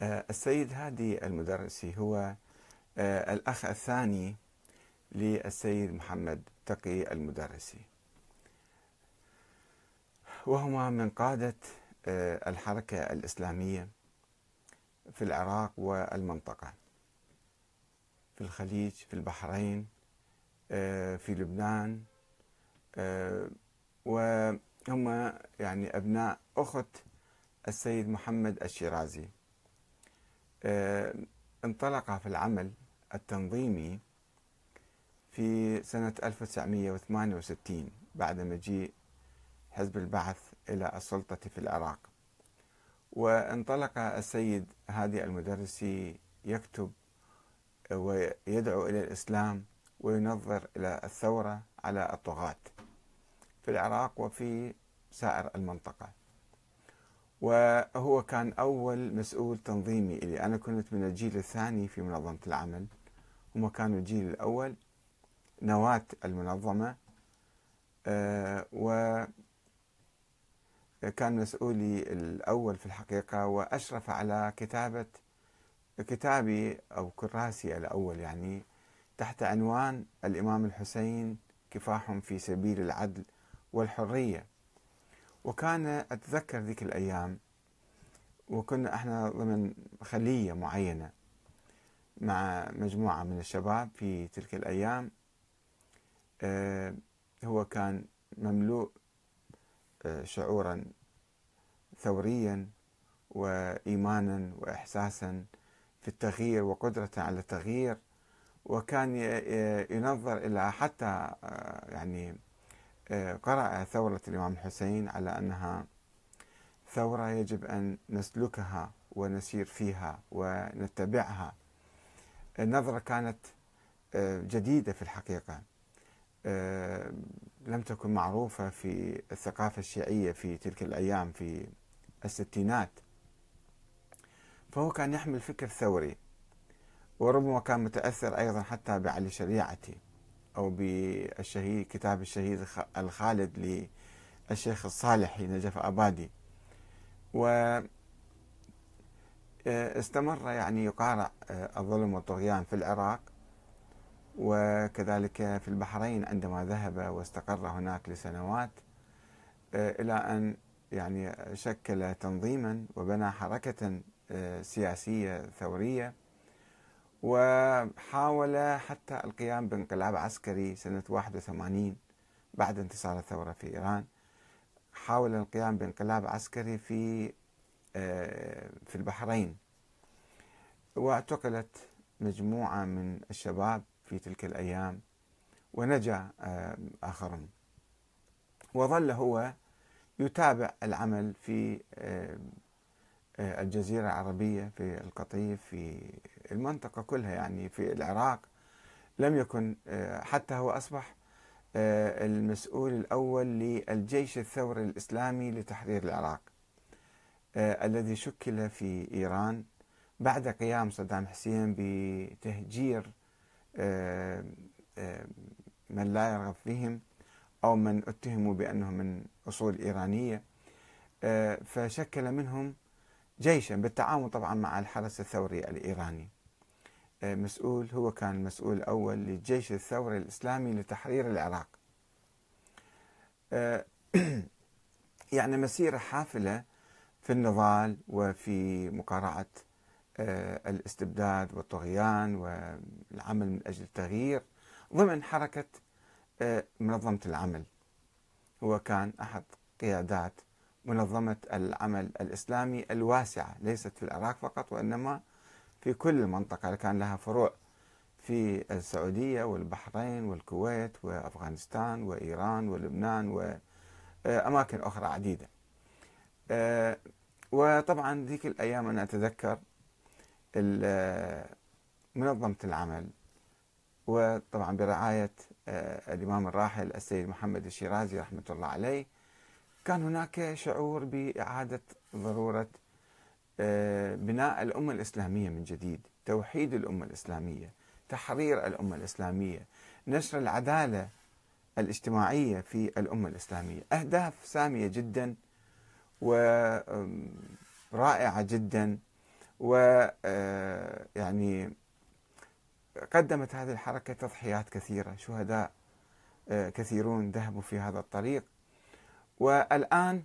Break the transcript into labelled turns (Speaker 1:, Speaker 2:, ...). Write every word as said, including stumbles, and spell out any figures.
Speaker 1: آه، السيد هادي المدرسي هو آه، الأخ الثاني للسيد محمد تقي المدرسي، وهما من قادة آه، الحركة الإسلامية في العراق والمنطقة، في الخليج، في البحرين، آه، في لبنان، آه، وهم يعني أبناء أخت السيد محمد الشيرازي. آه، انطلق في العمل التنظيمي في سنة ألف وتسعمئة وثمانية وستين بعد مجيء حزب البعث إلى السلطة في العراق. وانطلق السيد هادي المدرسي يكتب ويدعو إلى الإسلام وينظر إلى الثورة على الطغاة في العراق وفي سائر المنطقة. وهو كان أول مسؤول تنظيمي إلي. أنا كنت من الجيل الثاني في منظمة العمل، هم كانوا الجيل الأول، نواة المنظمة، آه، وكان مسؤولي الأول في الحقيقة، وأشرف على كتابة كتابي أو كراسي الأول، يعني تحت عنوان الإمام الحسين كفاح في سبيل العدل والحرية. وكان أتذكر ذيك الأيام وكنا احنا ضمن خلية معينة مع مجموعة من الشباب في تلك الأيام. آه، هو كان مملوء آه، شعورا ثوريا وإيمانا وإحساسا في التغيير وقدرة على التغيير، وكان ينظر إلى حتى آه، يعني آه، قرأ ثورة الإمام الحسين على أنها ثورة يجب أن نسلكها ونسير فيها ونتبعها. النظرة كانت آه، جديدة في الحقيقة، آه، لم تكن معروفة في الثقافة الشيعية في تلك الأيام في الستينات. فهو كان يحمل فكر ثوري، وربما كان متأثر أيضا حتى بعلي شريعتي أو بالشهيد كتاب الشهيد الخالد للشيخ الصالحي نجف آبادي. واستمر يعني يقارع الظلم والطغيان في العراق وكذلك في البحرين عندما ذهب واستقر هناك لسنوات، إلى أن يعني شكل تنظيما وبنى حركة سياسية ثورية، وحاول حتى القيام بانقلاب عسكري سنة واحد وثمانين بعد انتصار الثورة في إيران. حاول القيام بانقلاب عسكري في في البحرين، واعتقلت مجموعة من الشباب في تلك الأيام ونجا آخرون. وظل هو يتابع العمل في الجزيرة العربية، في القطيف، في المنطقة كلها، يعني في العراق. لم يكن حتى هو أصبح المسؤول الأول للجيش الثوري الإسلامي لتحرير العراق الذي شكل في إيران بعد قيام صدام حسين بتهجير من لا يرغب فيهم أو من اتهموا بأنهم من أصول إيرانية، فشكل منهم جيشا بالتعاون طبعا مع الحرس الثوري الإيراني. مسؤول هو كان المسؤول الأول للجيش الثوري الإسلامي لتحرير العراق. يعني مسيرة حافلة في النضال وفي مقارعة الاستبداد والطغيان والعمل من أجل التغيير ضمن حركة منظمة العمل. هو كان أحد قيادات منظمة العمل الإسلامي الواسعة، ليست في العراق فقط وإنما في كل المنطقة، كان لها فروع في السعودية والبحرين والكويت وأفغانستان وإيران ولبنان وأماكن أخرى عديدة. وطبعا ذيك الأيام أنا أتذكر منظمة العمل، وطبعا برعاية الإمام الراحل السيد محمد الشيرازي رحمة الله عليه، كان هناك شعور بإعادة ضرورة بناء الأمة الإسلامية من جديد، توحيد الأمة الإسلامية، تحرير الأمة الإسلامية، نشر العدالة الاجتماعية في الأمة الإسلامية. أهداف سامية جدا ورائعة جدا، و يعني قدمت هذه الحركة تضحيات كثيرة، شهداء كثيرون ذهبوا في هذا الطريق. والآن